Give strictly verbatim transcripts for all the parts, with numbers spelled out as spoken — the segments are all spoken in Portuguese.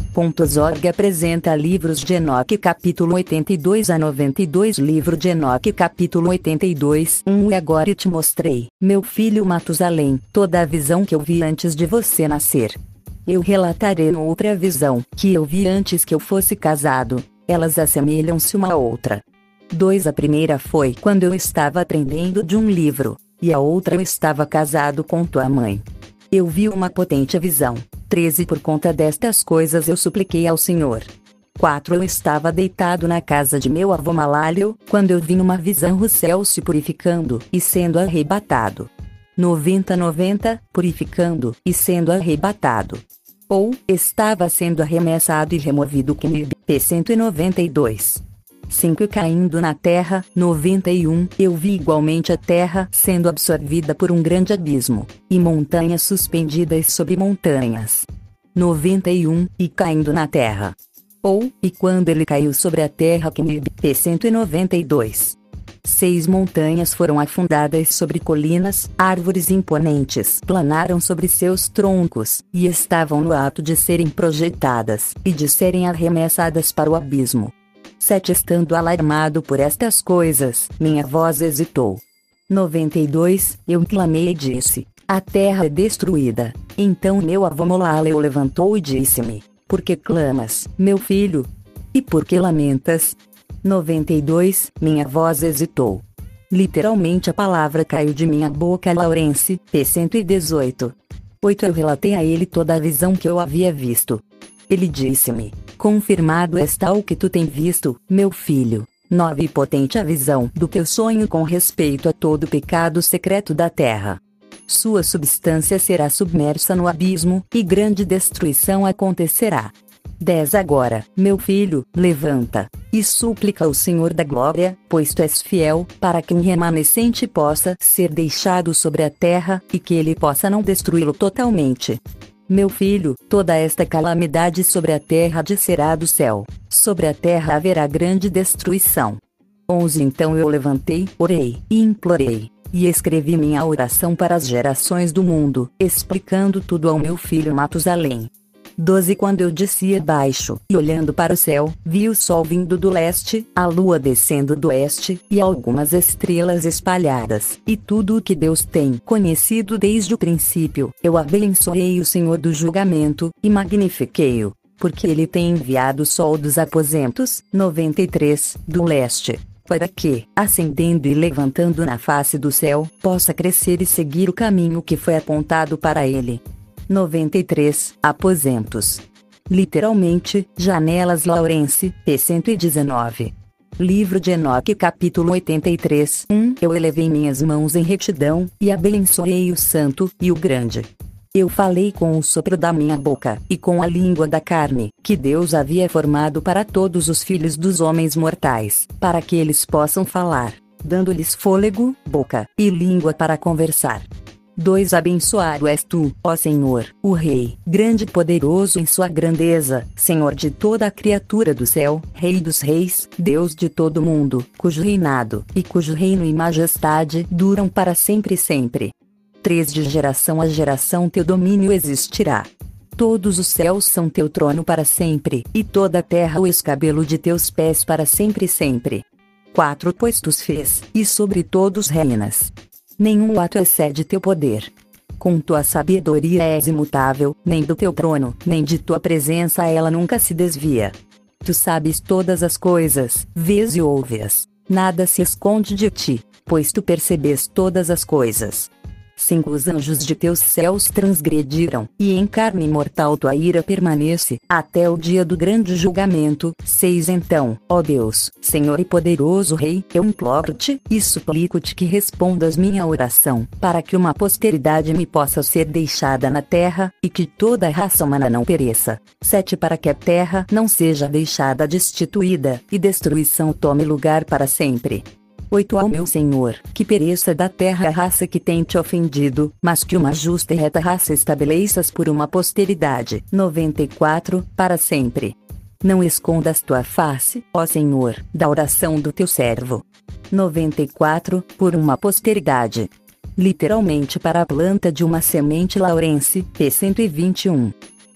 Org apresenta Livros de Enoque capítulo oitenta e dois a noventa e dois. Livro de Enoque capítulo oitenta e dois, um. E agora te mostrei, meu filho Matusalém, toda a visão que eu vi antes de você nascer. Eu relatarei outra visão, que eu vi antes que eu fosse casado. Elas assemelham-se uma à outra. dois. A primeira foi quando eu estava aprendendo de um livro, e a outra eu estava casado com tua mãe. Eu vi uma potente visão. treze. Por conta destas coisas eu supliquei ao Senhor. quatro. Eu estava deitado na casa de meu avô Malálio, quando eu vi numa visão o céu se purificando, e sendo arrebatado. noventa. noventa. Purificando, e sendo arrebatado. Ou, estava sendo arremessado e removido com P cento e noventa e dois. cinco. E caindo na terra, noventa e um. Eu vi igualmente a terra sendo absorvida por um grande abismo, e montanhas suspendidas sobre montanhas. noventa e um. E caindo na terra. Ou, e quando ele caiu sobre a terra, P cento e noventa e dois. Seis. Montanhas foram afundadas sobre colinas, árvores imponentes planaram sobre seus troncos, e estavam no ato de serem projetadas, e de serem arremessadas para o abismo. sete. Estando alarmado por estas coisas, minha voz hesitou. noventa e dois. Eu clamei e disse: a terra é destruída. Então meu avô Malálio levantou e disse-me: por que clamas, meu filho? E por que lamentas? noventa e dois. Minha voz hesitou. Literalmente a palavra caiu de minha boca. Laurence, P cento e dezoito. oito. Eu relatei a ele toda a visão que eu havia visto. Ele disse-me: confirmado está o que tu tem visto, meu filho. nove. E potente a visão do teu sonho com respeito a todo o pecado secreto da terra. Sua substância será submersa no abismo, e grande destruição acontecerá. dez. Agora, meu filho, levanta, e súplica ao Senhor da glória, pois tu és fiel, para que um remanescente possa ser deixado sobre a terra, e que ele possa não destruí-lo totalmente. Meu filho, toda esta calamidade sobre a terra descerá do céu, sobre a terra haverá grande destruição. onze. Então eu levantei, orei, e implorei, e escrevi minha oração para as gerações do mundo, explicando tudo ao meu filho Matusalém. doze. Quando eu descia baixo, e olhando para o céu, vi o sol vindo do leste, a lua descendo do oeste, e algumas estrelas espalhadas, e tudo o que Deus tem conhecido desde o princípio. Eu abençoei o Senhor do julgamento, e magnifiquei-o, porque ele tem enviado o sol dos aposentos, noventa e três, do leste, para que, ascendendo e levantando na face do céu, possa crescer e seguir o caminho que foi apontado para ele. noventa e três. Aposentos. Literalmente, janelas. Laurence, P cento e dezenove. Livro de Enoque capítulo oitenta e três, um. Eu elevei minhas mãos em retidão, e abençoei o santo, e o grande. Eu falei com o sopro da minha boca, e com a língua da carne, que Deus havia formado para todos os filhos dos homens mortais, para que eles possam falar, dando-lhes fôlego, boca, e língua para conversar. dois. Abençoado és tu, ó Senhor, o Rei, grande e poderoso em sua grandeza, Senhor de toda a criatura do céu, Rei dos reis, Deus de todo o mundo, cujo reinado, e cujo reino e majestade duram para sempre e sempre. três. De geração a geração teu domínio existirá. Todos os céus são teu trono para sempre, e toda a terra o escabelo de teus pés para sempre e sempre. quatro. Pois tu os fez, e sobre todos reinas. Nenhum ato excede teu poder. Com tua sabedoria és imutável, nem do teu trono, nem de tua presença ela nunca se desvia. Tu sabes todas as coisas, vês e ouves. Nada se esconde de ti, pois tu percebes todas as coisas. cinco. Os anjos de teus céus transgrediram, e em carne mortal tua ira permanece, até o dia do grande julgamento. seis. Então, ó Deus, Senhor e poderoso Rei, eu imploro-te, e suplico-te que respondas minha oração, para que uma posteridade me possa ser deixada na terra, e que toda a raça humana não pereça. sete. Para que a terra não seja deixada destituída, e destruição tome lugar para sempre. oito. Ao meu Senhor, que pereça da terra a raça que tem te ofendido, mas que uma justa e reta raça estabeleças por uma posteridade. noventa e quatro. Para sempre. Não escondas tua face, ó Senhor, da oração do teu servo. noventa e quatro. Por uma posteridade. Literalmente para a planta de uma semente. Laurence, P cento e vinte e um.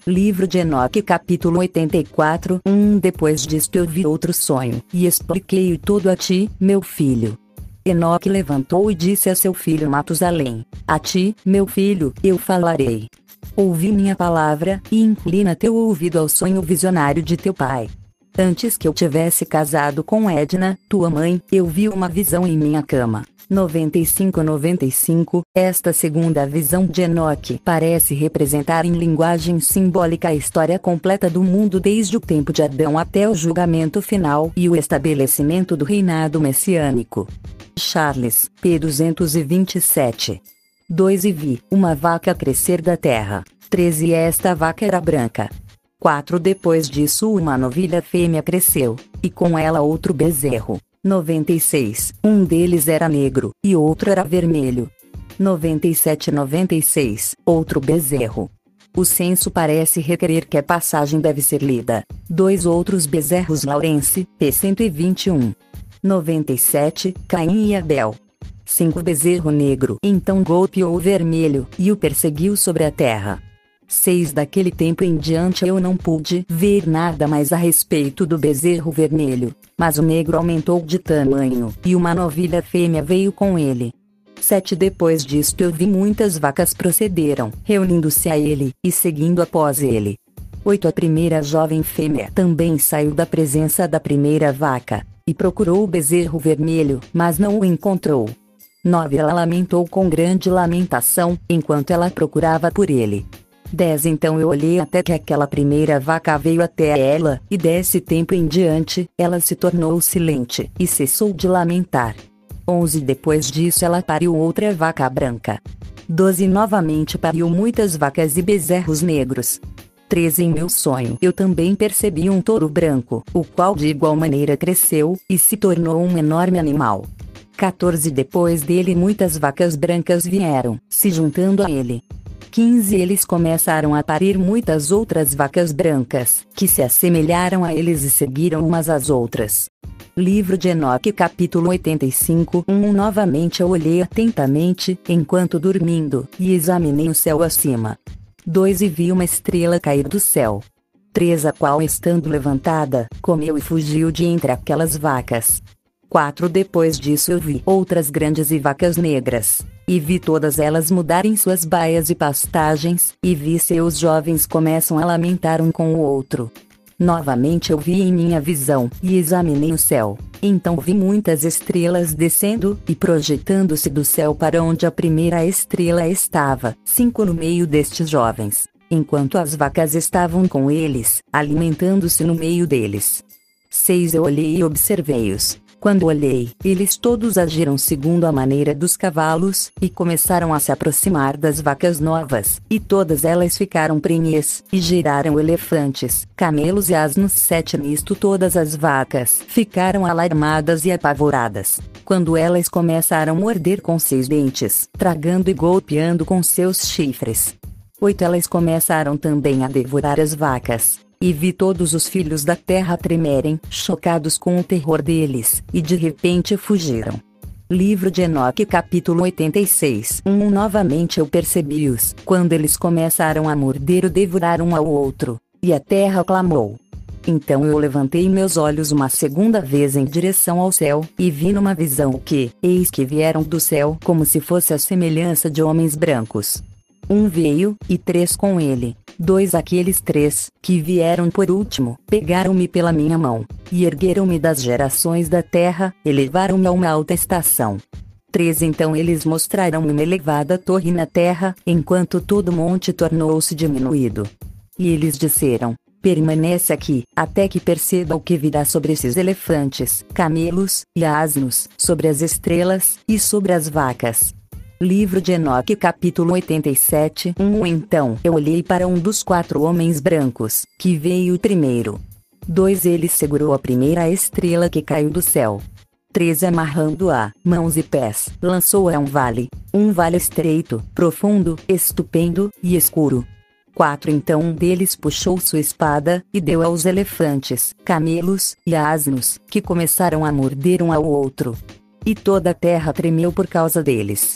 Livro de Enoque capítulo oitenta e quatro um Depois disto eu vi outro sonho, e expliquei-o todo a ti, meu filho. Enoque levantou e disse a seu filho Matusalém: A ti, meu filho, eu falarei. Ouvi minha palavra, e inclina teu ouvido ao sonho visionário de teu pai. Antes que eu tivesse casado com Edna, tua mãe, eu vi uma visão em minha cama. noventa e cinco a noventa e cinco, esta segunda visão de Enoque parece representar em linguagem simbólica a história completa do mundo desde o tempo de Adão até o julgamento final e o estabelecimento do reinado messiânico. Charles, p. duzentos e vinte e sete. dois E vi uma vaca crescer da terra. treze E esta vaca era branca. quatro Depois disso uma novilha fêmea cresceu, e com ela outro bezerro. noventa e seis Um deles era negro, e outro era vermelho. noventa e sete a noventa e seis Outro bezerro. O censo parece requerer que a passagem deve ser lida. Dois outros bezerros Laurence, p. cento e vinte e um. noventa e sete Caim e Abel. cinco Bezerro negro então golpeou o vermelho, e o perseguiu sobre a terra. seis Daquele tempo em diante eu não pude ver nada mais a respeito do bezerro vermelho, mas o negro aumentou de tamanho, e uma novilha fêmea veio com ele. sete Depois disto eu vi muitas vacas procederam, reunindo-se a ele, e seguindo após ele. oito A primeira jovem fêmea também saiu da presença da primeira vaca, e procurou o bezerro vermelho, mas não o encontrou. nove Ela lamentou com grande lamentação, enquanto ela procurava por ele. dez Então eu olhei até que aquela primeira vaca veio até ela, e desse tempo em diante, ela se tornou silente, e cessou de lamentar. onze Depois disso ela pariu outra vaca branca. doze Novamente pariu muitas vacas e bezerros negros. treze Em meu sonho eu também percebi um touro branco, o qual de igual maneira cresceu, e se tornou um enorme animal. quatorze Depois dele muitas vacas brancas vieram, se juntando a ele. quinze Eles começaram a parir muitas outras vacas brancas, que se assemelharam a eles e seguiram umas às outras. Livro de Enoque capítulo oitenta e cinco um Novamente eu olhei atentamente, enquanto dormindo, e examinei o céu acima. dois E vi uma estrela cair do céu. três A qual estando levantada, comeu e fugiu de entre aquelas vacas. quatro Depois disso eu vi outras grandes e vacas negras, e vi todas elas mudarem suas baias e pastagens, e vi seus jovens começam a lamentar um com o outro. Novamente eu vi em minha visão, e examinei o céu, então vi muitas estrelas descendo, e projetando-se do céu para onde a primeira estrela estava, cinco no meio destes jovens, enquanto as vacas estavam com eles, alimentando-se no meio deles. seis Eu olhei e observei-os. Quando olhei, eles todos agiram segundo a maneira dos cavalos, e começaram a se aproximar das vacas novas, e todas elas ficaram prenhes, e giraram elefantes, camelos e asnos. sete Nisto todas as vacas ficaram alarmadas e apavoradas, quando elas começaram a morder com seus dentes, tragando e golpeando com seus chifres. oito Elas começaram também a devorar as vacas. E vi todos os filhos da terra tremerem, chocados com o terror deles, e de repente fugiram. Livro de Enoque capítulo oitenta e seis um Novamente eu percebi-os, quando eles começaram a morder e devorar um ao outro, e a terra clamou. Então eu levantei meus olhos uma segunda vez em direção ao céu, e vi numa visão que, eis que vieram do céu como se fosse a semelhança de homens brancos. Um veio, e três com ele. Dois Aqueles três, que vieram por último, pegaram-me pela minha mão, e ergueram-me das gerações da terra, e levaram-me a uma alta estação. Três Então eles mostraram-me uma elevada torre na terra, enquanto todo o monte tornou-se diminuído. E eles disseram: Permanece aqui, até que perceba o que virá sobre esses elefantes, camelos, e asnos, sobre as estrelas, e sobre as vacas. Livro de Enoque capítulo oitenta e sete um Então eu olhei para um dos quatro homens brancos, que veio primeiro. dois Ele segurou a primeira estrela que caiu do céu. três Amarrando-a, mãos e pés, lançou-a a um vale, um vale estreito, profundo, estupendo, e escuro. quatro Então um deles puxou sua espada, e deu aos elefantes, camelos, e asnos, que começaram a morder um ao outro. E toda a terra tremeu por causa deles.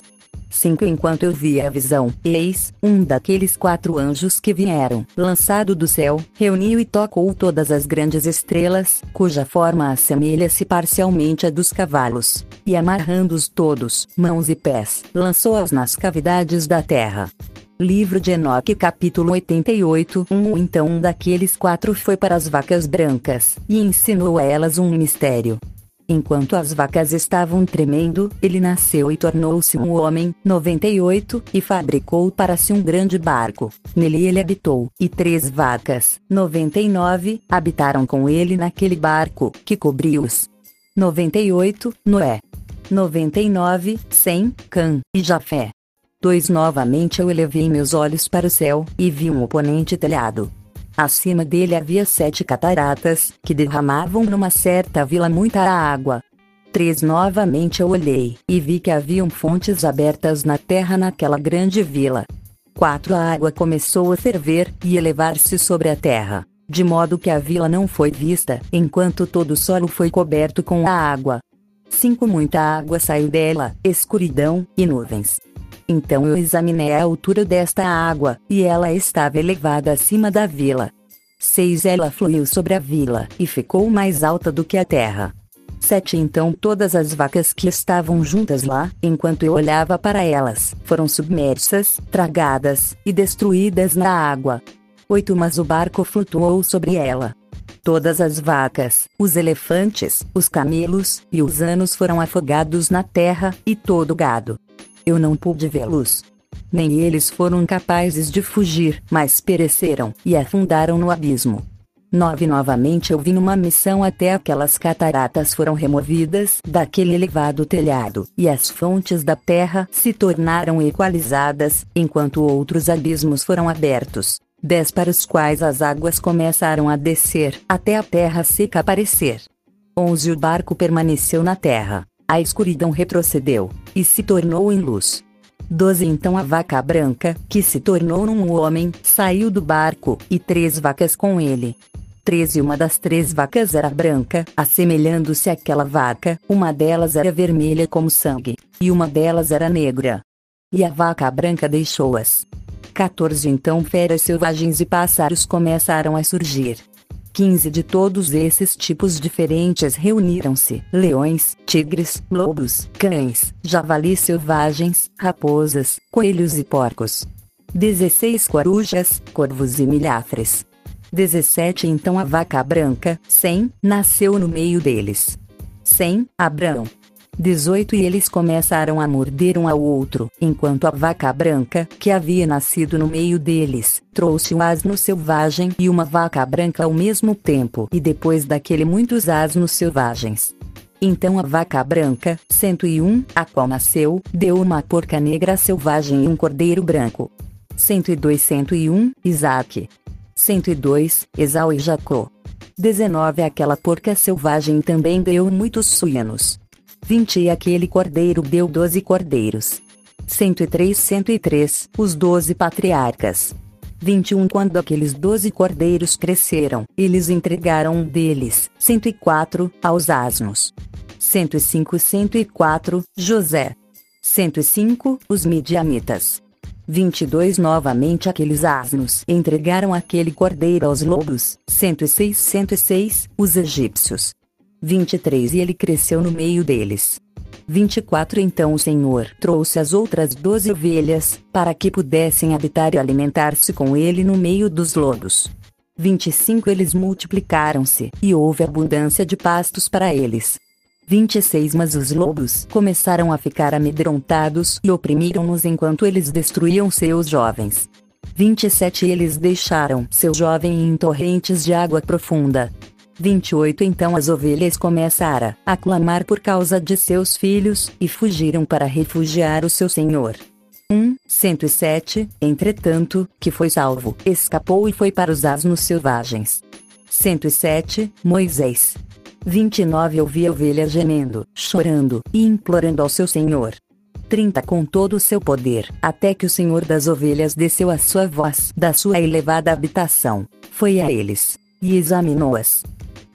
cinco Enquanto eu via a visão, eis, um daqueles quatro anjos que vieram, lançado do céu, reuniu e tocou todas as grandes estrelas, cuja forma assemelha-se parcialmente à dos cavalos, e amarrando-os todos, mãos e pés, lançou-os nas cavidades da terra. Livro de Enoque capítulo oitenta e oito um Então um daqueles quatro foi para as vacas brancas, e ensinou a elas um mistério. Enquanto as vacas estavam tremendo, ele nasceu e tornou-se um homem, noventa e oito, e fabricou para si um grande barco. Nele ele habitou, e três vacas, noventa e nove, habitaram com ele naquele barco, que cobriu-os. noventa e oito, Noé. noventa e nove, Sem, Cã, e Jafé. dois Novamente eu elevei meus olhos para o céu, e vi um oponente telhado. Acima dele havia sete cataratas, que derramavam numa certa vila muita água. três Novamente eu olhei, e vi que haviam fontes abertas na terra naquela grande vila. quatro A água começou a ferver, e elevar-se sobre a terra, de modo que a vila não foi vista, enquanto todo o solo foi coberto com a água. cinco Muita água saiu dela, escuridão, e nuvens. Então eu examinei a altura desta água, e ela estava elevada acima da vila. seis Ela fluiu sobre a vila, e ficou mais alta do que a terra. sete Então todas as vacas que estavam juntas lá, enquanto eu olhava para elas, foram submersas, tragadas, e destruídas na água. oito Mas o barco flutuou sobre ela. Todas as vacas, os elefantes, os camelos, e os anos foram afogados na terra, e todo o gado. Eu não pude vê-los. Nem eles foram capazes de fugir, mas pereceram, e afundaram no abismo. nove Novamente eu vi numa missão até aquelas cataratas foram removidas daquele elevado telhado, e as fontes da terra se tornaram equalizadas, enquanto outros abismos foram abertos, dez para os quais as águas começaram a descer, até a terra seca aparecer. onze O barco permaneceu na terra. A escuridão retrocedeu, e se tornou em luz. doze Então a vaca branca, que se tornou num homem, saiu do barco, e três vacas com ele. treze Uma das três vacas era branca, assemelhando-se àquela vaca, uma delas era vermelha como sangue, e uma delas era negra. E a vaca branca deixou-as. quatorze Então feras selvagens e pássaros começaram a surgir. quinze De todos esses tipos diferentes reuniram-se: leões, tigres, lobos, cães, javalis selvagens, raposas, coelhos e porcos. dezesseis Corujas, corvos e milhafres. dezessete Então a vaca branca, Sem, nasceu no meio deles. Sem, Abrão. dezoito E eles começaram a morder um ao outro, enquanto a vaca branca, que havia nascido no meio deles, trouxe um asno selvagem e uma vaca branca ao mesmo tempo, e depois daquele muitos asnos selvagens. Então a vaca branca, cento e um, a qual nasceu, deu uma porca negra selvagem e um cordeiro branco. cento e dois cento e um, Isaque. cento e dois, Esau e Jacó. dezenove Aquela porca selvagem também deu muitos suínos. vinte E aquele cordeiro deu doze cordeiros. cento e três cento e três, os doze patriarcas. vinte e um Quando aqueles doze cordeiros cresceram, eles entregaram um deles, cento e quatro, aos asnos. cento e cinco cento e quatro, José. cento e cinco, os midianitas. vinte e dois Novamente aqueles asnos entregaram aquele cordeiro aos lobos, cento e seis cento e seis, os egípcios. vinte e três E ele cresceu no meio deles. vinte e quatro Então o Senhor trouxe as outras doze ovelhas, para que pudessem habitar e alimentar-se com ele no meio dos lobos. vinte e cinco Eles multiplicaram-se, e houve abundância de pastos para eles. vinte e seis Mas os lobos começaram a ficar amedrontados e oprimiram-nos enquanto eles destruíam seus jovens. vinte e sete Eles deixaram seu jovem em torrentes de água profunda. vinte e oito Então as ovelhas começaram a clamar por causa de seus filhos, e fugiram para refugiar o seu senhor. um cento e sete Entretanto, que foi salvo, escapou e foi para os asnos selvagens. cento e sete Moisés. vinte e nove Eu vi a ovelha gemendo, chorando, e implorando ao seu senhor. trinta Com todo o seu poder, até que o senhor das ovelhas desceu a sua voz da sua elevada habitação, foi a eles, e examinou-as.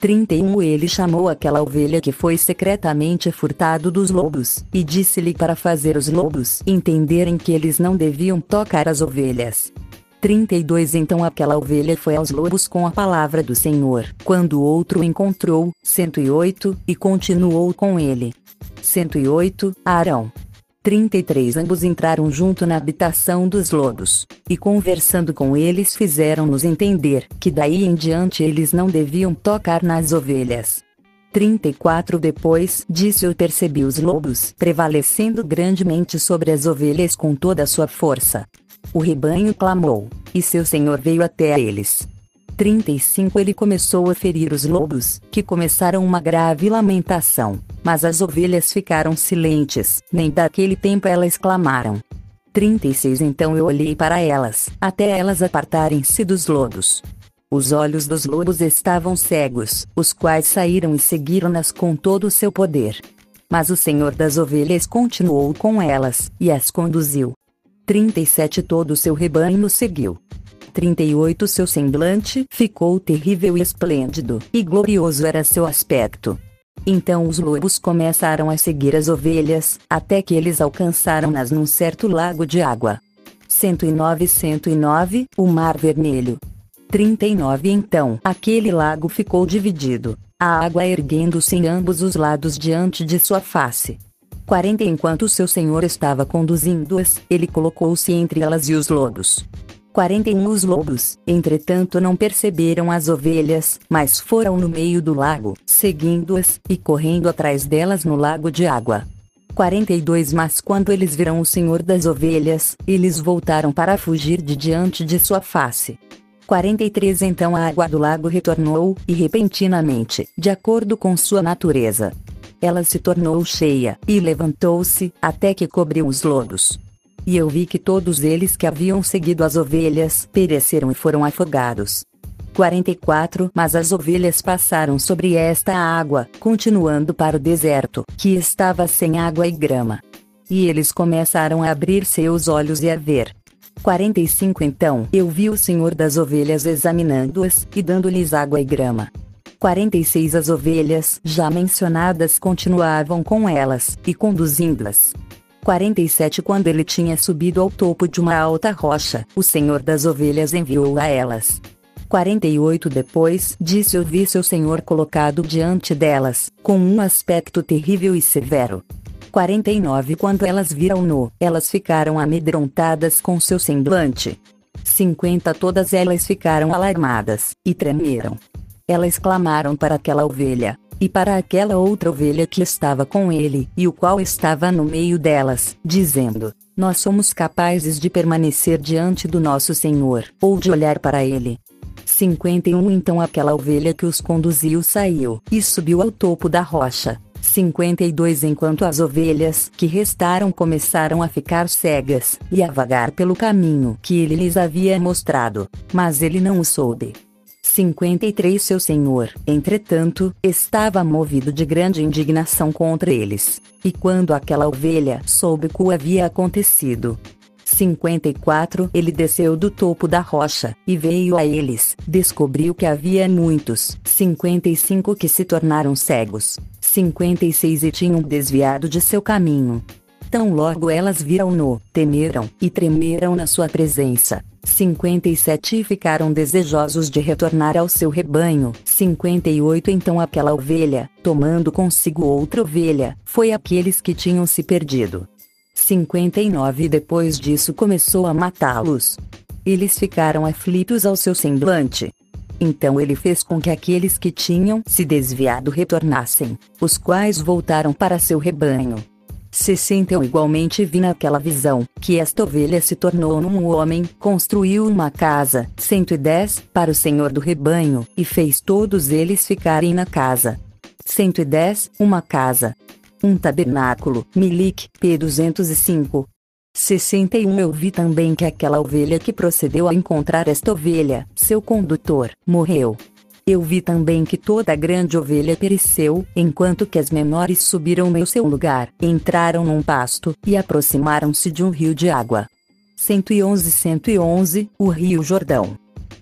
trinta e um Ele chamou aquela ovelha que foi secretamente furtado dos lobos, e disse-lhe para fazer os lobos entenderem que eles não deviam tocar as ovelhas. trinta e dois Então aquela ovelha foi aos lobos com a palavra do Senhor, quando outro o encontrou, cento e oito, e continuou com ele. cento e oito Arão. trinta e três Ambos entraram junto na habitação dos lobos, e conversando com eles fizeram-nos entender que daí em diante eles não deviam tocar nas ovelhas. trinta e quatro Depois disso eu percebi os lobos prevalecendo grandemente sobre as ovelhas com toda a sua força. O rebanho clamou, e seu senhor veio até eles. trinta e cinco Ele começou a ferir os lobos, que começaram uma grave lamentação, mas as ovelhas ficaram silentes, nem daquele tempo elas clamaram. trinta e seis Então eu olhei para elas, até elas apartarem-se dos lobos. Os olhos dos lobos estavam cegos, os quais saíram e seguiram-nas com todo o seu poder. Mas o Senhor das ovelhas continuou com elas, e as conduziu. trinta e sete Todo o seu rebanho seguiu. trinta e oito Seu semblante ficou terrível e esplêndido, e glorioso era seu aspecto. Então os lobos começaram a seguir as ovelhas, até que eles alcançaram-nas num certo lago de água. cento e nove cento e nove O Mar Vermelho. trinta e nove Então aquele lago ficou dividido, a água erguendo-se em ambos os lados diante de sua face. quarenta Enquanto seu senhor estava conduzindo-as, ele colocou-se entre elas e os lobos. quarenta e um Os lobos, entretanto, não perceberam as ovelhas, mas foram no meio do lago, seguindo-as, e correndo atrás delas no lago de água. quarenta e dois Mas quando eles viram o Senhor das ovelhas, eles voltaram para fugir de diante de sua face. quarenta e três Então a água do lago retornou, e repentinamente, de acordo com sua natureza, ela se tornou cheia, e levantou-se, até que cobriu os lobos. E eu vi que todos eles que haviam seguido as ovelhas pereceram e foram afogados. quarenta e quatro Mas as ovelhas passaram sobre esta água, continuando para o deserto, que estava sem água e grama. E eles começaram a abrir seus olhos e a ver. quarenta e cinco Então eu vi o Senhor das ovelhas examinando-as, e dando-lhes água e grama. quarenta e seis As ovelhas já mencionadas continuavam com elas, e conduzindo-as. quarenta e sete Quando ele tinha subido ao topo de uma alta rocha, o Senhor das ovelhas enviou a elas. quarenta e oito Depois disso eu vi seu Senhor colocado diante delas, com um aspecto terrível e severo. quarenta e nove Quando elas viram-no, elas ficaram amedrontadas com seu semblante. cinquenta Todas elas ficaram alarmadas, e tremeram. Elas clamaram para aquela ovelha, e para aquela outra ovelha que estava com ele, e o qual estava no meio delas, dizendo: Nós somos capazes de permanecer diante do nosso Senhor, ou de olhar para ele. cinquenta e um Então aquela ovelha que os conduziu saiu, e subiu ao topo da rocha. cinquenta e dois Enquanto as ovelhas que restaram começaram a ficar cegas, e a vagar pelo caminho que ele lhes havia mostrado, mas ele não o soube. cinquenta e três Seu senhor, entretanto, estava movido de grande indignação contra eles, e quando aquela ovelha soube o que havia acontecido. cinquenta e quatro Ele desceu do topo da rocha, e veio a eles, descobriu que havia muitos, cinquenta e cinco que se tornaram cegos, cinquenta e seis e tinham desviado de seu caminho. Tão logo elas viram-no, temeram, e tremeram na sua presença. cinquenta e sete E ficaram desejosos de retornar ao seu rebanho. cinquenta e oito Então aquela ovelha, tomando consigo outra ovelha, foi àqueles que tinham se perdido. cinquenta e nove Depois disso começou a matá-los. Eles ficaram aflitos ao seu semblante. Então ele fez com que aqueles que tinham se desviado retornassem, os quais voltaram para seu rebanho. sessenta Eu igualmente vi naquela visão, que esta ovelha se tornou num homem, construiu uma casa, cento e dez, para o Senhor do rebanho, e fez todos eles ficarem na casa. cento e dez, uma casa. Um tabernáculo, Milic, P duzentos e cinco. sessenta e um Eu vi também que aquela ovelha que procedeu a encontrar esta ovelha, seu condutor, morreu. Eu vi também que toda a grande ovelha pereceu, enquanto que as menores subiram no seu lugar, entraram num pasto, e aproximaram-se de um rio de água. cento e onze cento e onze O Rio Jordão.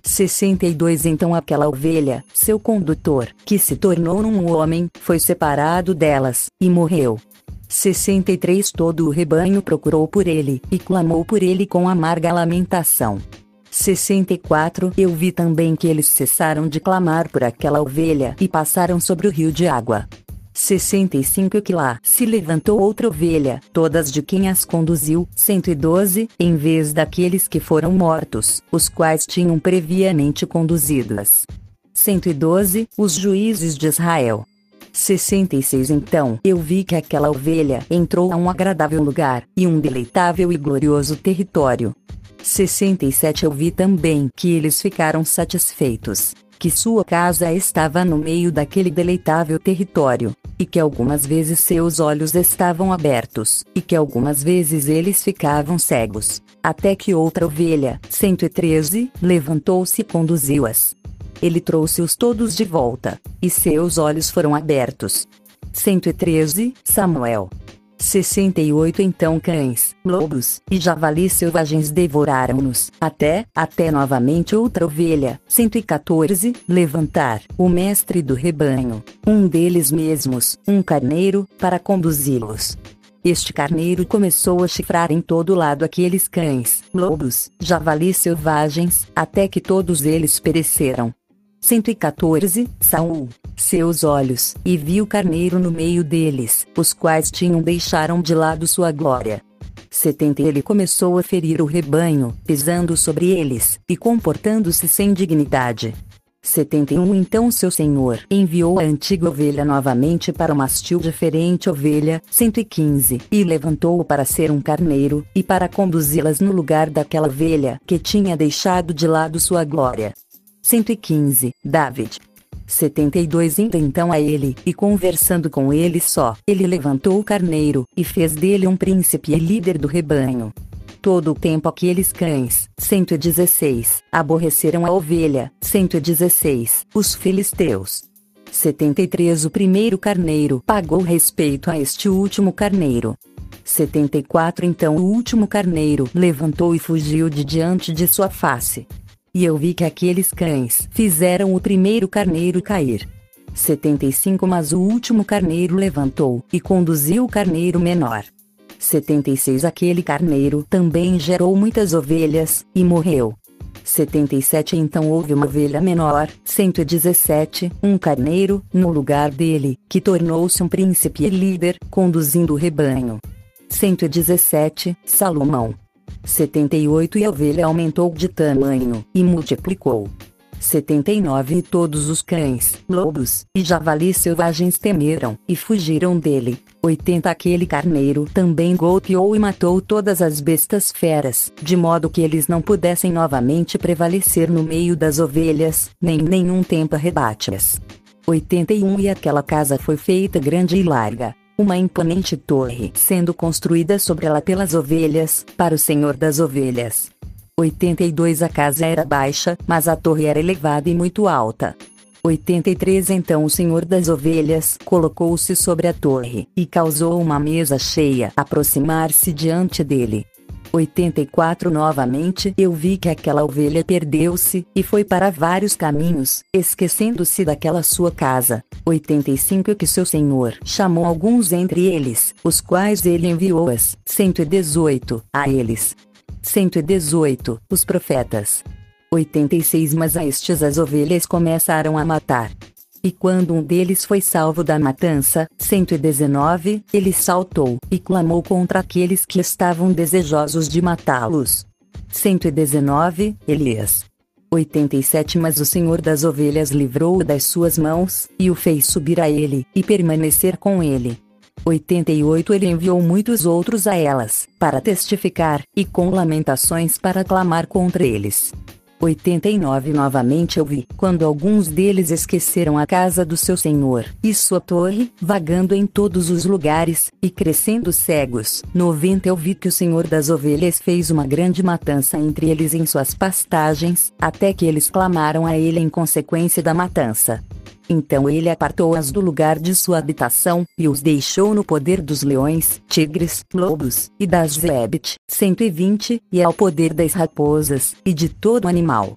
sessenta e dois Então aquela ovelha, seu condutor, que se tornou um homem, foi separado delas, e morreu. sessenta e três Todo o rebanho procurou por ele, e clamou por ele com amarga lamentação. sessenta e quatro Eu vi também que eles cessaram de clamar por aquela ovelha e passaram sobre o rio de água. sessenta e cinco Que lá se levantou outra ovelha, todas de quem as conduziu, cento e doze, em vez daqueles que foram mortos, os quais tinham previamente conduzido-as. cento e doze Os juízes de Israel. sessenta e seis Então eu vi que aquela ovelha entrou a um agradável lugar, e um deleitável e glorioso território. sessenta e sete Eu vi também que eles ficaram satisfeitos, que sua casa estava no meio daquele deleitável território, e que algumas vezes seus olhos estavam abertos, e que algumas vezes eles ficavam cegos, até que outra ovelha, cento e treze, levantou-se e conduziu-as. Ele trouxe-os todos de volta, e seus olhos foram abertos. cento e treze Samuel. sessenta e oito Então cães, lobos e javalis selvagens devoraram-nos, até, até novamente outra ovelha, cento e quatorze, levantar, o mestre do rebanho, um deles mesmos, um carneiro, para conduzi-los. Este carneiro começou a chifrar em todo lado aqueles cães, lobos, javalis selvagens, até que todos eles pereceram. cento e quatorze Saul, seus olhos, e viu o carneiro no meio deles, os quais tinham deixaram de lado sua glória. setenta Ele começou a ferir o rebanho, pisando sobre eles, e comportando-se sem dignidade. setenta e um Então seu senhor enviou a antiga ovelha novamente para uma mastil diferente ovelha, cento e quinze, e levantou-o para ser um carneiro, e para conduzi-las no lugar daquela ovelha que tinha deixado de lado sua glória. cento e quinze David. setenta e dois Indo então a ele, e conversando com ele só, ele levantou o carneiro, e fez dele um príncipe e líder do rebanho. Todo o tempo aqueles cães, cento e dezesseis, aborreceram a ovelha, cento e dezesseis, os filisteus. setenta e três O primeiro carneiro pagou respeito a este último carneiro. setenta e quatro Então o último carneiro levantou e fugiu de diante de sua face. E eu vi que aqueles cães fizeram o primeiro carneiro cair. setenta e cinco Mas o último carneiro levantou, e conduziu o carneiro menor. setenta e seis Aquele carneiro também gerou muitas ovelhas, e morreu. setenta e sete Então houve uma ovelha menor, cento e dezessete, um carneiro, no lugar dele, que tornou-se um príncipe e líder, conduzindo o rebanho. cento e dezessete Salomão. setenta e oito E a ovelha aumentou de tamanho, e multiplicou. setenta e nove E todos os cães, lobos e javalis selvagens temeram, e fugiram dele. oitenta Aquele carneiro também golpeou e matou todas as bestas feras, de modo que eles não pudessem novamente prevalecer no meio das ovelhas, nem em nenhum tempo rebate-as. oitenta e um E aquela casa foi feita grande e larga, uma imponente torre sendo construída sobre ela pelas ovelhas, para o Senhor das ovelhas. oitenta e dois A casa era baixa, mas a torre era elevada e muito alta. oitenta e três Então o Senhor das ovelhas colocou-se sobre a torre, e causou uma mesa cheia aproximar-se diante dele. oitenta e quatro Novamente eu vi que aquela ovelha perdeu-se, e foi para vários caminhos, esquecendo-se daquela sua casa. oitenta e cinco Que seu senhor chamou alguns entre eles, os quais ele enviou-as, cento e dezoito, a eles. cento e dezoito Os profetas. oitenta e seis Mas a estes as ovelhas começaram a matar. E quando um deles foi salvo da matança, cento e dezenove, ele saltou, e clamou contra aqueles que estavam desejosos de matá-los. cento e dezenove, Elias. oitenta e sete Mas o Senhor das ovelhas livrou-o das suas mãos, e o fez subir a ele, e permanecer com ele. oitenta e oito Ele enviou muitos outros a elas, para testificar, e com lamentações para clamar contra eles. oitenta e nove Novamente eu vi, quando alguns deles esqueceram a casa do seu senhor, e sua torre, vagando em todos os lugares, e crescendo cegos. noventa Eu vi que o Senhor das ovelhas fez uma grande matança entre eles em suas pastagens, até que eles clamaram a ele em consequência da matança. Então ele apartou-as do lugar de sua habitação, e os deixou no poder dos leões, tigres, lobos, e das zebete, cento e vinte, e ao poder das raposas, e de todo animal.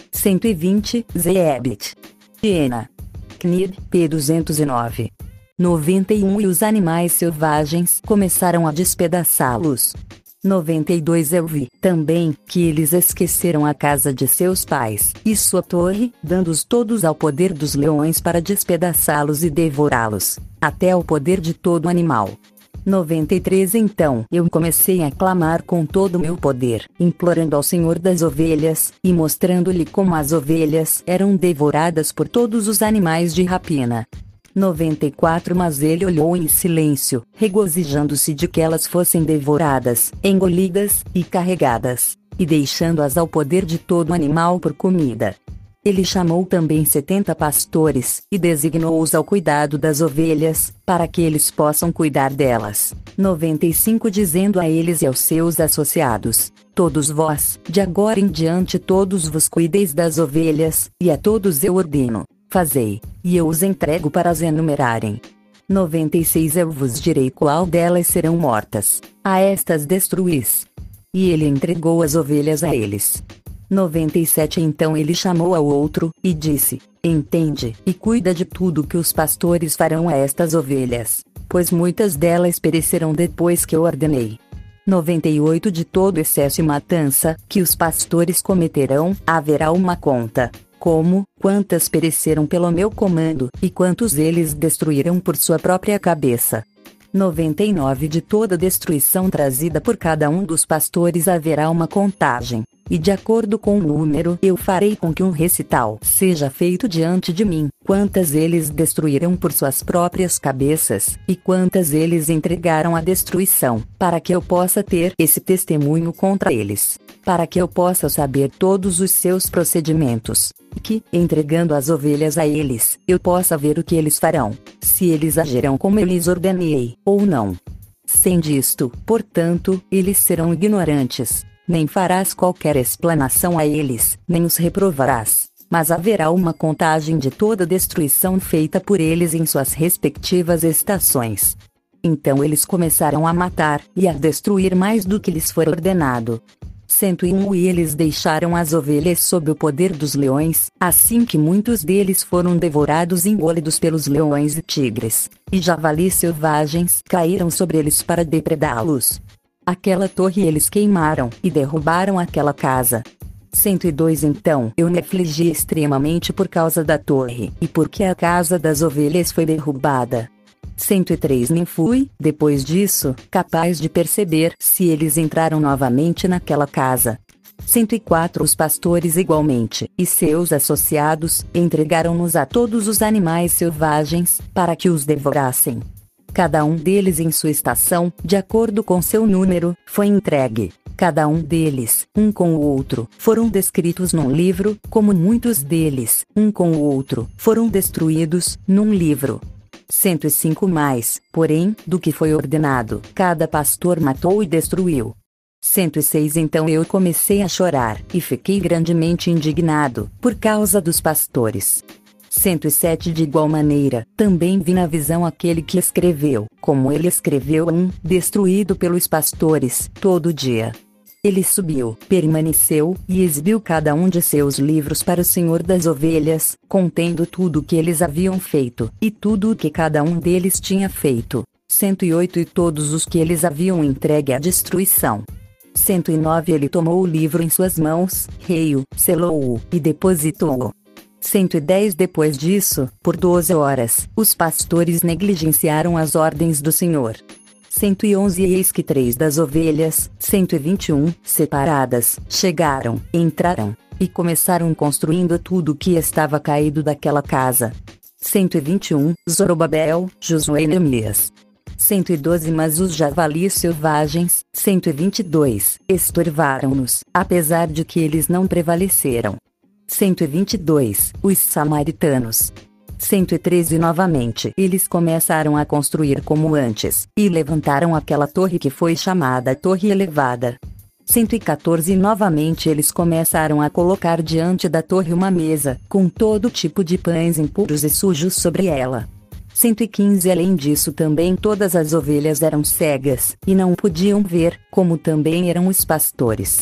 cento e vinte, Zeebit. Ena. Knid, P duzentos e nove. noventa e um E os animais selvagens começaram a despedaçá-los. noventa e dois Eu vi, também, que eles esqueceram a casa de seus pais, e sua torre, dando-os todos ao poder dos leões para despedaçá-los e devorá-los, até ao poder de todo animal. noventa e três Então eu comecei a clamar com todo o meu poder, implorando ao Senhor das ovelhas, e mostrando-lhe como as ovelhas eram devoradas por todos os animais de rapina. noventa e quatro Mas ele olhou em silêncio, regozijando-se de que elas fossem devoradas, engolidas, e carregadas, e deixando-as ao poder de todo animal por comida. Ele chamou também setenta pastores, e designou-os ao cuidado das ovelhas, para que eles possam cuidar delas. noventa e cinco Dizendo a eles e aos seus associados: Todos vós, de agora em diante todos vos cuideis das ovelhas, e a todos eu ordeno: fazei, e eu os entrego para as enumerarem. noventa e seis Eu vos direi qual delas serão mortas. A estas destruís. E ele entregou as ovelhas a eles. noventa e sete Então ele chamou ao outro, e disse: Entende, e cuida de tudo que os pastores farão a estas ovelhas, pois muitas delas perecerão depois que eu ordenei. noventa e oito De todo excesso e matança, que os pastores cometerão, haverá uma conta. Como, quantas pereceram pelo meu comando, e quantos eles destruirão por sua própria cabeça. noventa e nove De toda destruição trazida por cada um dos pastores haverá uma contagem, e de acordo com o número eu farei com que um recital seja feito diante de mim, quantas eles destruirão por suas próprias cabeças, e quantas eles entregaram à destruição, para que eu possa ter esse testemunho contra eles, para que eu possa saber todos os seus procedimentos, e que, entregando as ovelhas a eles, eu possa ver o que eles farão, se eles agirão como eu lhes ordenei, ou não. Sem disto, portanto, eles serão ignorantes, nem farás qualquer explanação a eles, nem os reprovarás, mas haverá uma contagem de toda destruição feita por eles em suas respectivas estações. Então eles começaram a matar, e a destruir mais do que lhes for ordenado. cento e um E eles deixaram as ovelhas sob o poder dos leões, assim que muitos deles foram devorados e engolidos pelos leões e tigres, e javalis selvagens caíram sobre eles para depredá-los. Aquela torre eles queimaram, e derrubaram aquela casa. cento e dois Então eu me afligi extremamente por causa da torre, e porque a casa das ovelhas foi derrubada. cento e três Nem fui, depois disso, capaz de perceber se eles entraram novamente naquela casa. cento e quatro Os pastores igualmente, e seus associados, entregaram-nos a todos os animais selvagens, para que os devorassem. Cada um deles em sua estação, de acordo com seu número, foi entregue. Cada um deles, um com o outro, foram descritos num livro, como muitos deles, um com o outro, foram destruídos, num livro. cento e cinco Mais, porém, do que foi ordenado, cada pastor matou e destruiu. cento e seis Então eu comecei a chorar, e fiquei grandemente indignado, por causa dos pastores. cento e sete De igual maneira, também vi na visão aquele que escreveu, como ele escreveu um, destruído pelos pastores, todo dia. Ele subiu, permaneceu, e exibiu cada um de seus livros para o Senhor das ovelhas, contendo tudo o que eles haviam feito, e tudo o que cada um deles tinha feito. cento e oito E todos os que eles haviam entregue à destruição. cento e nove Ele tomou o livro em suas mãos, rei-o, selou-o, e depositou-o. cento e dez Depois disso, por doze horas, os pastores negligenciaram as ordens do Senhor. cento e onze E eis que três das ovelhas, cento e vinte e um, separadas, chegaram, entraram, e começaram construindo tudo o que estava caído daquela casa. cento e vinte e um, Zorobabel, Josué e Neemias. cento e doze Mas os javalis selvagens, cento e vinte e dois, estorvaram-nos, apesar de que eles não prevaleceram. cento e vinte e dois, os samaritanos. cento e treze Novamente eles começaram a construir como antes, e levantaram aquela torre que foi chamada Torre Elevada. cento e quatorze Novamente eles começaram a colocar diante da torre uma mesa, com todo tipo de pães impuros e sujos sobre ela. cento e quinze Além disso também todas as ovelhas eram cegas, e não podiam ver, como também eram os pastores.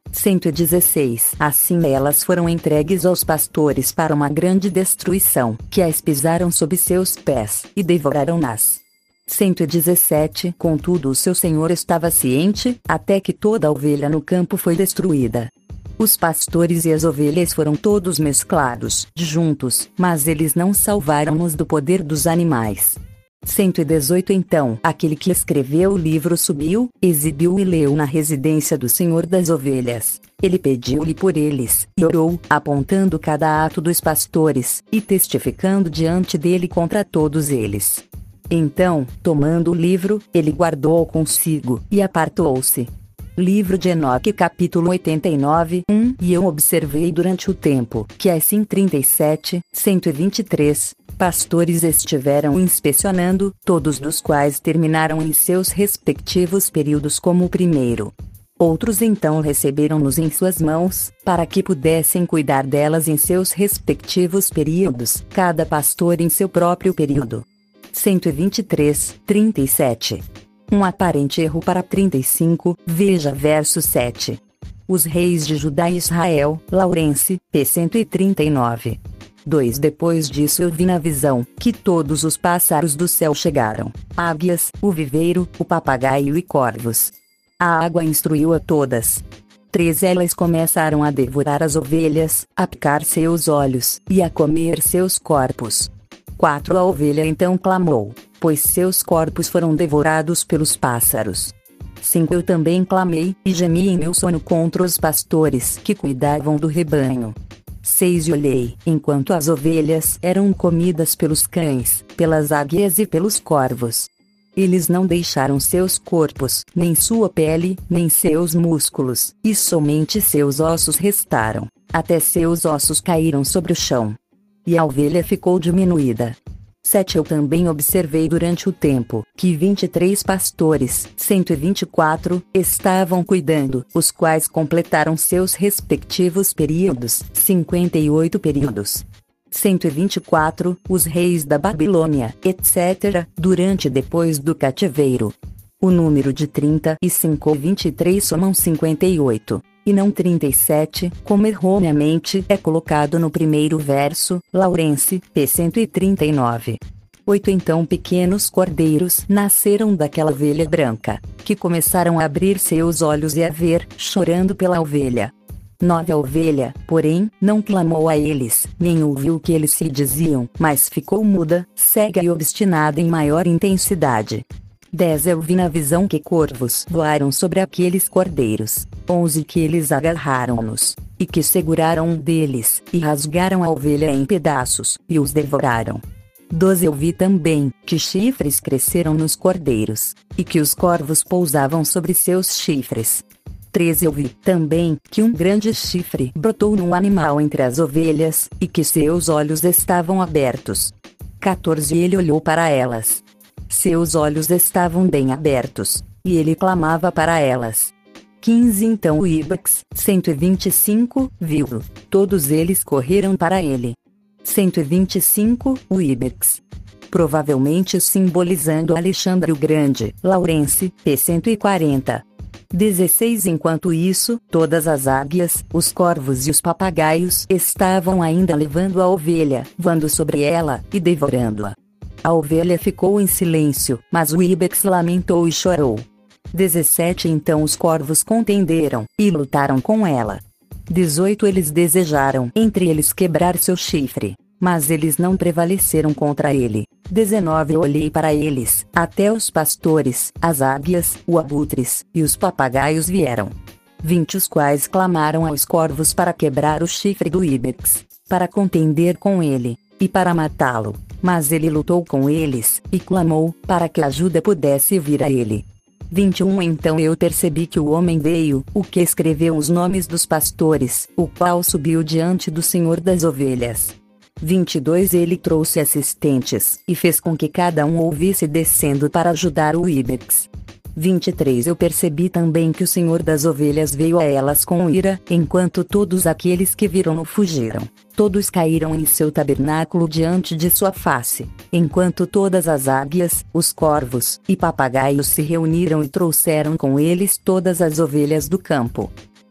cento e dezesseis. Assim elas foram entregues aos pastores para uma grande destruição, que as pisaram sob seus pés, e devoraram-nas. cento e dezessete. Contudo o seu senhor estava ciente, até que toda a ovelha no campo foi destruída. Os pastores e as ovelhas foram todos mesclados, juntos, mas eles não salvaram-nos do poder dos animais. cento e dezoito. Então aquele que escreveu o livro subiu, exibiu e leu na residência do Senhor das Ovelhas. Ele pediu-lhe por eles, e orou, apontando cada ato dos pastores, e testificando diante dele contra todos eles. Então, tomando o livro, ele guardou-o consigo, e apartou-se. Livro de Enoque capítulo oitenta e nove, um. E eu observei durante o tempo, que assim trinta e sete, cento e vinte e três, pastores estiveram inspecionando, todos dos quais terminaram em seus respectivos períodos como o primeiro. Outros então receberam-nos em suas mãos, para que pudessem cuidar delas em seus respectivos períodos, cada pastor em seu próprio período. cento e vinte e três, trinta e sete. Um aparente erro para trinta e cinco, veja verso sete. Os reis de Judá e Israel, Laurence, p. cento e trinta e nove. dois. Depois disso eu vi na visão, que todos os pássaros do céu chegaram, águias, o viveiro, o papagaio e corvos. A água instruiu a todas. três. Elas começaram a devorar as ovelhas, a picar seus olhos, e a comer seus corpos. quatro. A ovelha então clamou, pois seus corpos foram devorados pelos pássaros. cinco. Eu também clamei, e gemi em meu sono contra os pastores que cuidavam do rebanho. seis. E olhei, enquanto as ovelhas eram comidas pelos cães, pelas águias e pelos corvos. Eles não deixaram seus corpos, nem sua pele, nem seus músculos, e somente seus ossos restaram, até seus ossos caíram sobre o chão. E a ovelha ficou diminuída. sete. Eu também observei durante o tempo, que vinte e três pastores, cento e vinte e quatro, estavam cuidando, os quais completaram seus respectivos períodos, cinquenta e oito períodos. cento e vinte e quatro, os reis da Babilônia, etcétera, durante e depois do cativeiro. O número de trinta e cinco ou vinte e três somam cinquenta e oito. E não trinta e sete, como erroneamente é colocado no primeiro verso, Laurence, p. cento e trinta e nove. oito. Então pequenos cordeiros nasceram daquela ovelha branca, que começaram a abrir seus olhos e a ver, chorando pela ovelha. nove. A ovelha, porém, não clamou a eles, nem ouviu o que eles se diziam, mas ficou muda, cega e obstinada em maior intensidade. dez. Eu vi na visão que corvos voaram sobre aqueles cordeiros. onze. Que eles agarraram-nos, e que seguraram um deles, e rasgaram a ovelha em pedaços, e os devoraram. doze. Eu vi também, que chifres cresceram nos cordeiros, e que os corvos pousavam sobre seus chifres. treze. Eu vi, também, que um grande chifre brotou num animal entre as ovelhas, e que seus olhos estavam abertos. quatorze. Ele olhou para elas. Seus olhos estavam bem abertos, e ele clamava para elas. quinze. Então o íbex, cento e vinte e cinco, viu. Todos eles correram para ele. cento e vinte e cinco, o íbex. Provavelmente simbolizando Alexandre o Grande, Laurence, p. cento e quarenta. dezesseis. Enquanto isso, todas as águias, os corvos e os papagaios estavam ainda levando a ovelha, voando sobre ela, e devorando-a. A ovelha ficou em silêncio, mas o íbex lamentou e chorou. dezessete. Então os corvos contenderam, e lutaram com ela. dezoito. Eles desejaram entre eles quebrar seu chifre, mas eles não prevaleceram contra ele. dezenove. Eu olhei para eles, até os pastores, as águias, os abutres, e os papagaios vieram. vinte. Os quais clamaram aos corvos para quebrar o chifre do íbex, para contender com ele, e para matá-lo. Mas ele lutou com eles, e clamou, para que a ajuda pudesse vir a ele. vinte e um. Então eu percebi que o homem veio, o que escreveu os nomes dos pastores, o qual subiu diante do Senhor das Ovelhas. vinte e dois. Ele trouxe assistentes, e fez com que cada um ouvisse descendo para ajudar o íbex. vinte e três. Eu percebi também que o Senhor das Ovelhas veio a elas com ira, enquanto todos aqueles que viram-no fugiram. Todos caíram em seu tabernáculo diante de sua face, enquanto todas as águias, os corvos e papagaios se reuniram e trouxeram com eles todas as ovelhas do campo.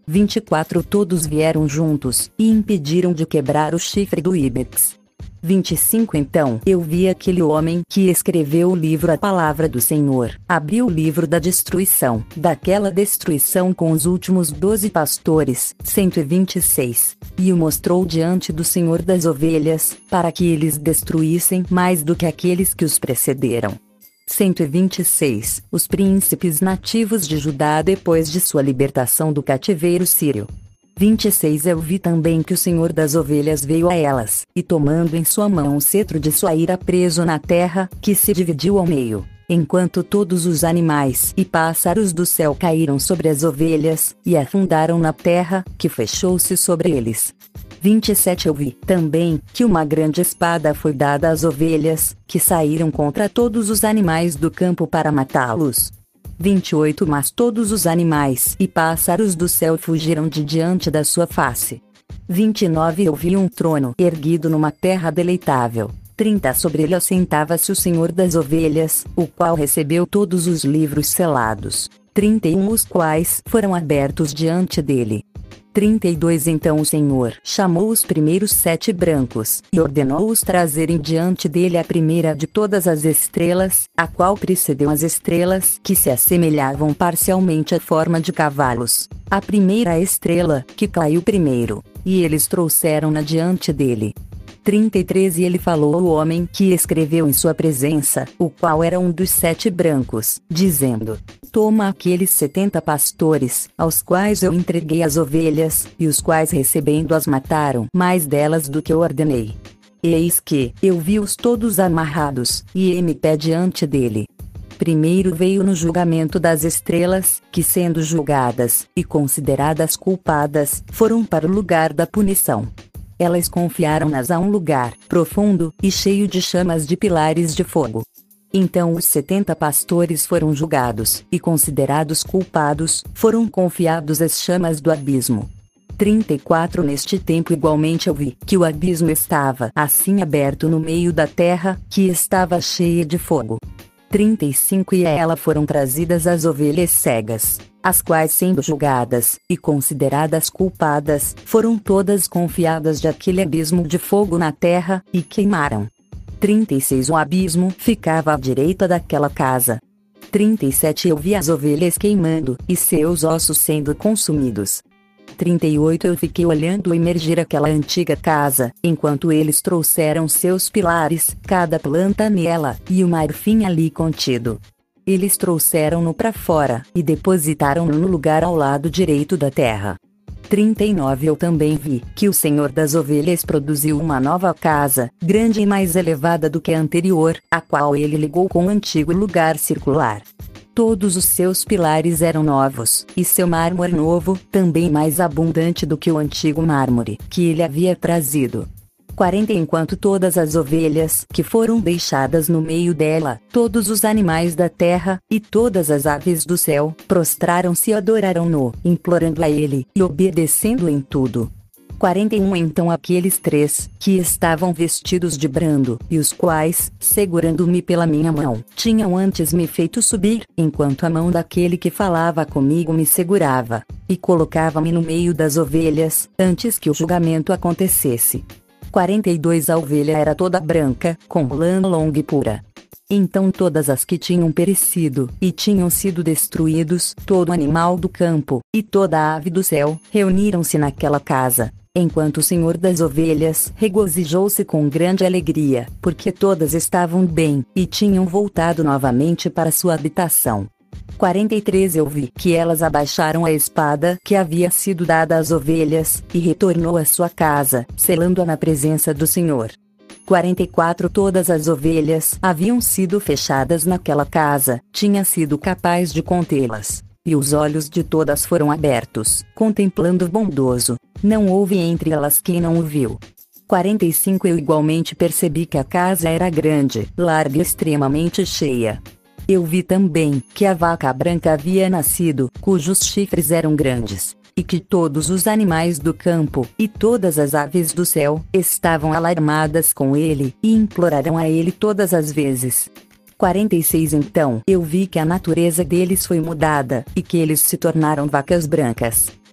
vinte e quatro Todos vieram juntos, e impediram de quebrar o chifre do íbex. vinte e cinco Então eu vi aquele homem que escreveu o livro A Palavra do Senhor, abriu o livro da destruição, daquela destruição com os últimos doze pastores, cento e vinte e seis, e o mostrou diante do Senhor das ovelhas, para que eles destruíssem mais do que aqueles que os precederam. cento e vinte e seis Os príncipes nativos de Judá depois de sua libertação do cativeiro sírio. vinte e seis Eu vi também que o Senhor das ovelhas veio a elas, e tomando em sua mão o cetro de sua ira preso na terra, que se dividiu ao meio, enquanto todos os animais e pássaros do céu caíram sobre as ovelhas, e afundaram na terra, que fechou-se sobre eles. vinte e sete Eu vi, também, que uma grande espada foi dada às ovelhas, que saíram contra todos os animais do campo para matá-los. vinte e oito Mas todos os animais e pássaros do céu fugiram de diante da sua face. vinte e nove Eu vi um trono erguido numa terra deleitável. trinta Sobre ele assentava-se o Senhor das ovelhas, o qual recebeu todos os livros selados, trinta e um os quais foram abertos diante dele. trinta e dois Então o Senhor chamou os primeiros sete brancos, e ordenou-os trazerem diante dele a primeira de todas as estrelas, a qual precedeu as estrelas que se assemelhavam parcialmente à forma de cavalos, a primeira estrela, que caiu primeiro, e eles trouxeram-na diante dele. trinta e três E ele falou ao homem que escreveu em sua presença, o qual era um dos sete brancos, dizendo: Toma aqueles setenta pastores, aos quais eu entreguei as ovelhas, e os quais recebendo-as mataram mais delas do que eu ordenei. Eis que, eu vi-os todos amarrados, e em pé diante dele. Primeiro veio no julgamento das estrelas, que sendo julgadas, e consideradas culpadas, foram para o lugar da punição. Elas confiaram-nas a um lugar profundo, e cheio de chamas de pilares de fogo. Então os setenta pastores foram julgados, e considerados culpados, foram confiados às chamas do abismo. trinta e quatro Neste tempo igualmente eu vi, que o abismo estava assim aberto no meio da terra, que estava cheia de fogo. trinta e cinco E a ela foram trazidas as ovelhas cegas, as quais sendo julgadas, e consideradas culpadas, foram todas confiadas de aquele abismo de fogo na terra, e queimaram. trinta e seis O abismo ficava à direita daquela casa. trinta e sete Eu vi as ovelhas queimando, e seus ossos sendo consumidos. trinta e oito Eu fiquei olhando emergir aquela antiga casa, enquanto eles trouxeram seus pilares, cada planta nela, e o marfim ali contido. Eles trouxeram-no para fora, e depositaram-no no lugar ao lado direito da terra. trinta e nove Eu também vi, que o Senhor das ovelhas produziu uma nova casa, grande e mais elevada do que a anterior, a qual ele ligou com o antigo lugar circular. Todos os seus pilares eram novos, e seu mármore novo, também mais abundante do que o antigo mármore, que ele havia trazido. quarenta Enquanto todas as ovelhas que foram deixadas no meio dela, todos os animais da terra, e todas as aves do céu, prostraram-se e adoraram-no, implorando a ele, e obedecendo em tudo. quarenta e um Então aqueles três, que estavam vestidos de brando, e os quais, segurando-me pela minha mão, tinham antes me feito subir, enquanto a mão daquele que falava comigo me segurava, e colocava-me no meio das ovelhas, antes que o julgamento acontecesse. quarenta e dois A ovelha era toda branca, com lã longa e pura. Então todas as que tinham perecido, e tinham sido destruídos, todo animal do campo, e toda ave do céu, reuniram-se naquela casa, enquanto o Senhor das ovelhas regozijou-se com grande alegria, porque todas estavam bem, e tinham voltado novamente para sua habitação. quarenta e três Eu vi que elas abaixaram a espada que havia sido dada às ovelhas, e retornou à sua casa, selando-a na presença do Senhor. quarenta e quatro Todas as ovelhas haviam sido fechadas naquela casa, tinha sido capaz de contê-las. E os olhos de todas foram abertos, contemplando o bondoso. Não houve entre elas quem não o viu. quarenta e cinco Eu igualmente percebi que a casa era grande, larga e extremamente cheia. Eu vi também que a vaca branca havia nascido, cujos chifres eram grandes, e que todos os animais do campo, e todas as aves do céu, estavam alarmadas com ele, e imploraram a ele todas as vezes. quarenta e seis Então eu vi que a natureza deles foi mudada, e que eles se tornaram vacas brancas.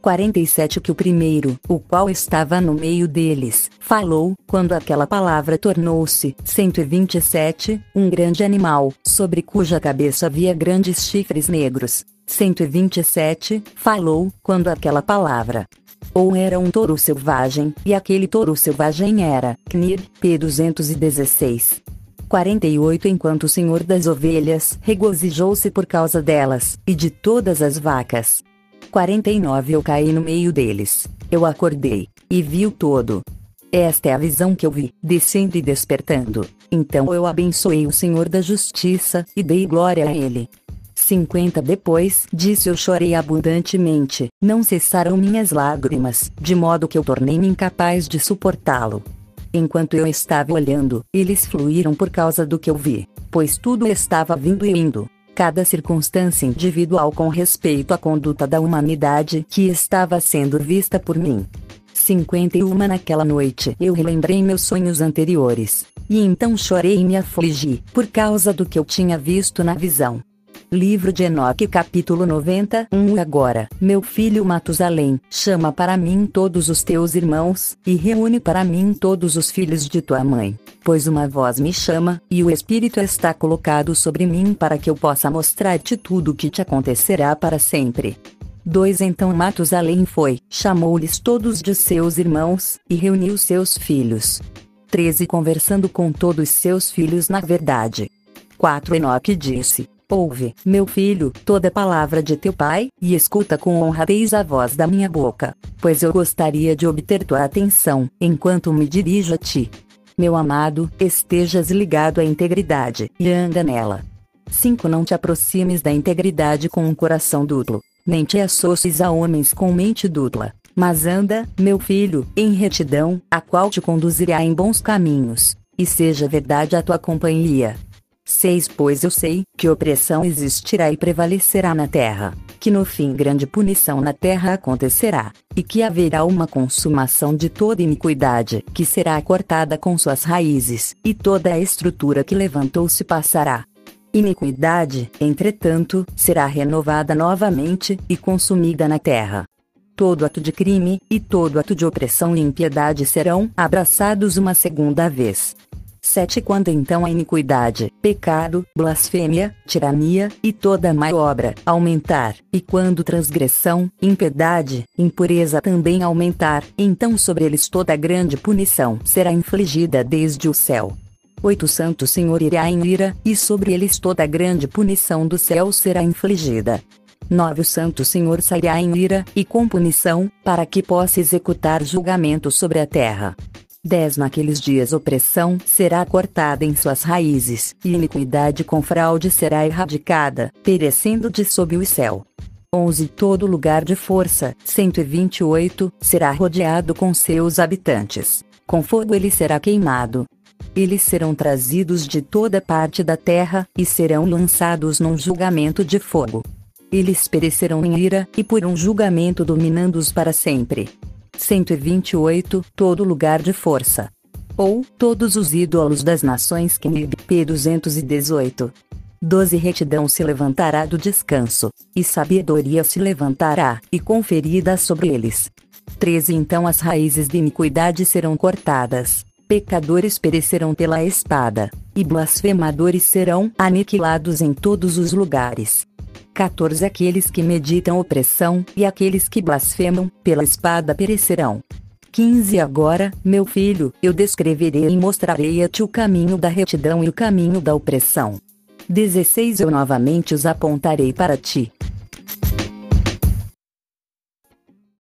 quarenta e sete Que o primeiro, o qual estava no meio deles, falou, quando aquela palavra tornou-se. cento e vinte e sete Um grande animal, sobre cuja cabeça havia grandes chifres negros. cento e vinte e sete Falou, quando aquela palavra. Ou era um touro selvagem, e aquele touro selvagem era, Knir, P duzentos e dezesseis. quarenta e oito Enquanto o senhor das ovelhas regozijou-se por causa delas, e de todas as vacas. quarenta e nove Eu caí no meio deles. Eu acordei, e vi o todo. Esta é a visão que eu vi, descendo e despertando. Então eu abençoei o Senhor da Justiça, e dei glória a Ele. cinquenta Depois disso eu chorei abundantemente, não cessaram minhas lágrimas, de modo que eu tornei-me incapaz de suportá-lo. Enquanto eu estava olhando, eles fluíram por causa do que eu vi, pois tudo estava vindo e indo. Cada circunstância individual com respeito à conduta da humanidade que estava sendo vista por mim. cinquenta e um Naquela noite eu relembrei meus sonhos anteriores, e então chorei e me afligi, por causa do que eu tinha visto na visão. Livro de Enoque capítulo noventa e um E agora, meu filho Matusalém, chama para mim todos os teus irmãos, e reúne para mim todos os filhos de tua mãe, pois uma voz me chama, e o Espírito está colocado sobre mim para que eu possa mostrar-te tudo o que te acontecerá para sempre. dois Então Matusalém foi, chamou-lhes todos de seus irmãos, e reuniu seus filhos. treze Conversando com todos seus filhos na verdade. quatro Enoque disse: Ouve, meu filho, toda palavra de teu pai, e escuta com honradez a voz da minha boca, pois eu gostaria de obter tua atenção, enquanto me dirijo a ti. Meu amado, estejas ligado à integridade, e anda nela. cinco Não te aproximes da integridade com um coração duplo, nem te associes a homens com mente dupla, mas anda, meu filho, em retidão, a qual te conduzirá em bons caminhos, e seja verdade a tua companhia. seis Pois eu sei que opressão existirá e prevalecerá na terra, que no fim grande punição na terra acontecerá, e que haverá uma consumação de toda iniquidade, que será cortada com suas raízes, e toda a estrutura que levantou-se passará. Iniquidade, entretanto, será renovada novamente, e consumida na terra. Todo ato de crime, e todo ato de opressão e impiedade serão abraçados uma segunda vez. sete Quando então a iniquidade, pecado, blasfêmia, tirania, e toda má obra, aumentar, e quando transgressão, impiedade, impureza também aumentar, então sobre eles toda grande punição será infligida desde o céu. oito Santo Senhor irá em ira, e sobre eles toda grande punição do céu será infligida. nove O Santo Senhor sairá em ira, e com punição, para que possa executar julgamento sobre a terra. dez Naqueles dias opressão será cortada em suas raízes, e iniquidade com fraude será erradicada, perecendo de sob o céu. onze Todo lugar de força, cento e vinte e oito, será rodeado com seus habitantes. Com fogo ele será queimado. Eles serão trazidos de toda parte da terra, e serão lançados num julgamento de fogo. Eles perecerão em ira, e por um julgamento dominando-os para sempre. cento e vinte e oito Todo lugar de força. Ou, todos os ídolos das nações que P duzentos e dezoito. doze Retidão se levantará do descanso, e sabedoria se levantará, e conferida sobre eles. treze Então as raízes de iniquidade serão cortadas, pecadores perecerão pela espada, e blasfemadores serão aniquilados em todos os lugares. quatorze Aqueles que meditam opressão, e aqueles que blasfemam, pela espada perecerão. quinze Agora, meu filho, eu descreverei e mostrarei a ti o caminho da retidão e o caminho da opressão. dezesseis Eu novamente os apontarei para ti.